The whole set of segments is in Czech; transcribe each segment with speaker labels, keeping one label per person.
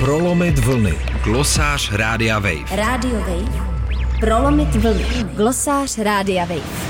Speaker 1: Prolomit vlny. Glosář Rádia Wave.
Speaker 2: Rádio Wave. Prolomit vlny. Glosář Rádia Wave.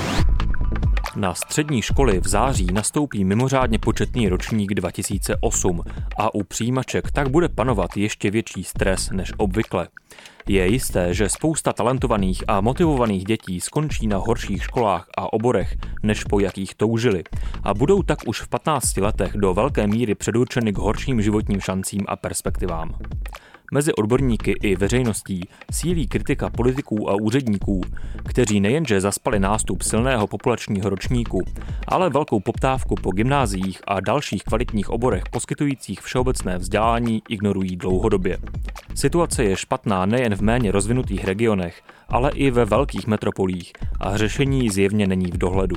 Speaker 3: Na střední školy v září nastoupí mimořádně početný ročník 2008 a u přijímaček tak bude panovat ještě větší stres než obvykle. Je jisté, že spousta talentovaných a motivovaných dětí skončí na horších školách a oborech, než po jakých toužili, a budou tak už v 15 letech do velké míry předurčeny k horším životním šancím a perspektivám. Mezi odborníky i veřejností sílí kritika politiků a úředníků, kteří nejenže zaspali nástup silného populačního ročníku, ale velkou poptávku po gymnáziích a dalších kvalitních oborech poskytujících všeobecné vzdělání ignorují dlouhodobě. Situace je špatná nejen v méně rozvinutých regionech, ale i ve velkých metropolích a řešení zjevně není v dohledu.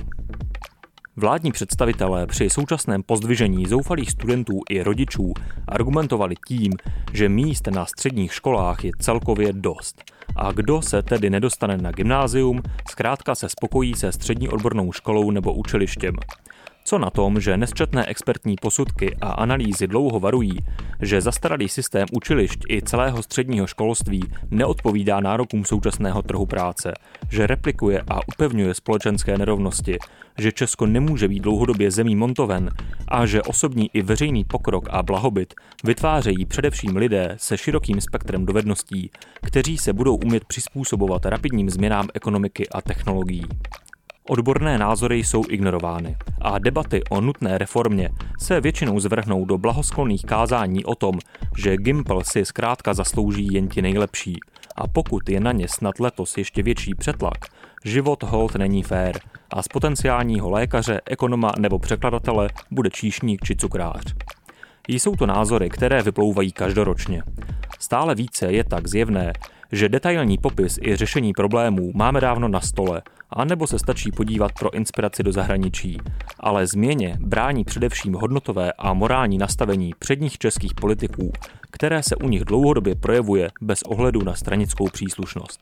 Speaker 3: Vládní představitelé při současném pozdvižení zoufalých studentů i rodičů argumentovali tím, že míst na středních školách je celkově dost. A kdo se tedy nedostane na gymnázium, zkrátka se spokojí se střední odbornou školou nebo učilištěm. Co na tom, že nesčetné expertní posudky a analýzy dlouho varují, že zastaralý systém učilišť i celého středního školství neodpovídá nárokům současného trhu práce, že replikuje a upevňuje společenské nerovnosti, že Česko nemůže být dlouhodobě zemí montoven a že osobní i veřejný pokrok a blahobyt vytvářejí především lidé se širokým spektrem dovedností, kteří se budou umět přizpůsobovat rapidním změnám ekonomiky a technologií. Odborné názory jsou ignorovány a debaty o nutné reformě se většinou zvrhnou do blahosklonných kázání o tom, že Gimpl si zkrátka zaslouží jen ti nejlepší a pokud je na ně snad letos ještě větší přetlak, život holt není fér a z potenciálního lékaře, ekonoma nebo překladatele bude číšník či cukrář. Jsou to názory, které vyplouvají každoročně. Stále více je tak zjevné, že detailní popis i řešení problémů máme dávno na stole, anebo se stačí podívat pro inspiraci do zahraničí, ale změně brání především hodnotové a morální nastavení předních českých politiků, které se u nich dlouhodobě projevuje bez ohledu na stranickou příslušnost.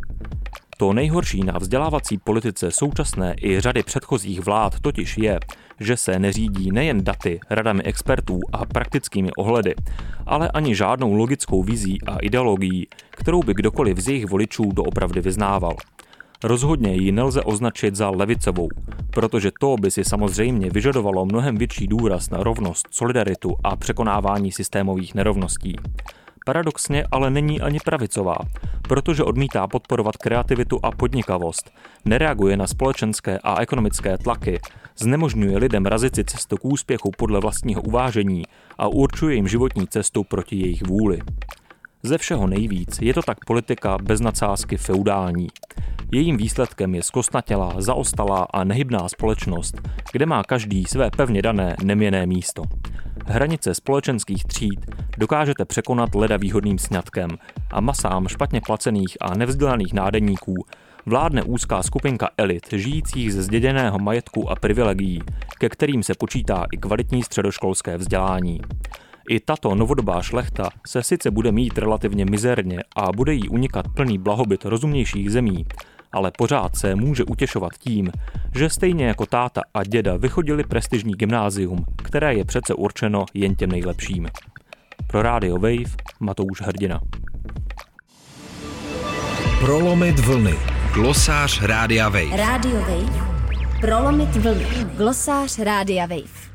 Speaker 3: To nejhorší na vzdělávací politice současné i řady předchozích vlád totiž je, že se neřídí nejen daty, radami expertů a praktickými ohledy, ale ani žádnou logickou vizí a ideologií, kterou by kdokoliv z jejich voličů doopravdy vyznával. Rozhodně ji nelze označit za levicovou, protože to by si samozřejmě vyžadovalo mnohem větší důraz na rovnost, solidaritu a překonávání systémových nerovností. Paradoxně ale není ani pravicová, protože odmítá podporovat kreativitu a podnikavost, nereaguje na společenské a ekonomické tlaky, znemožňuje lidem razit si cestu k úspěchu podle vlastního uvážení a určuje jim životní cestu proti jejich vůli. Ze všeho nejvíc je to tak politika bez nadsázky feudální. Jejím výsledkem je zkostnatělá, zaostalá a nehybná společnost, kde má každý své pevně dané neměnné místo. Hranice společenských tříd dokážete překonat leda výhodným sňatkem a masám špatně placených a nevzdělaných nádeníků vládne úzká skupinka elit žijících ze zděděného majetku a privilegií, ke kterým se počítá i kvalitní středoškolské vzdělání. I tato novodobá šlechta se sice bude mít relativně mizerně a bude jí unikat plný blahobyt rozumnějších zemí, ale pořád se může utěšovat tím, že stejně jako táta a děda vychodili prestižní gymnázium, které je přece určeno jen těm nejlepším. Pro Rádio Wave Matouš Hrdina.
Speaker 1: Prolomit vlny. Glosář Rádia Wave.
Speaker 2: Rádio Wave. Prolomit vlny. Glosář Rádia Wave.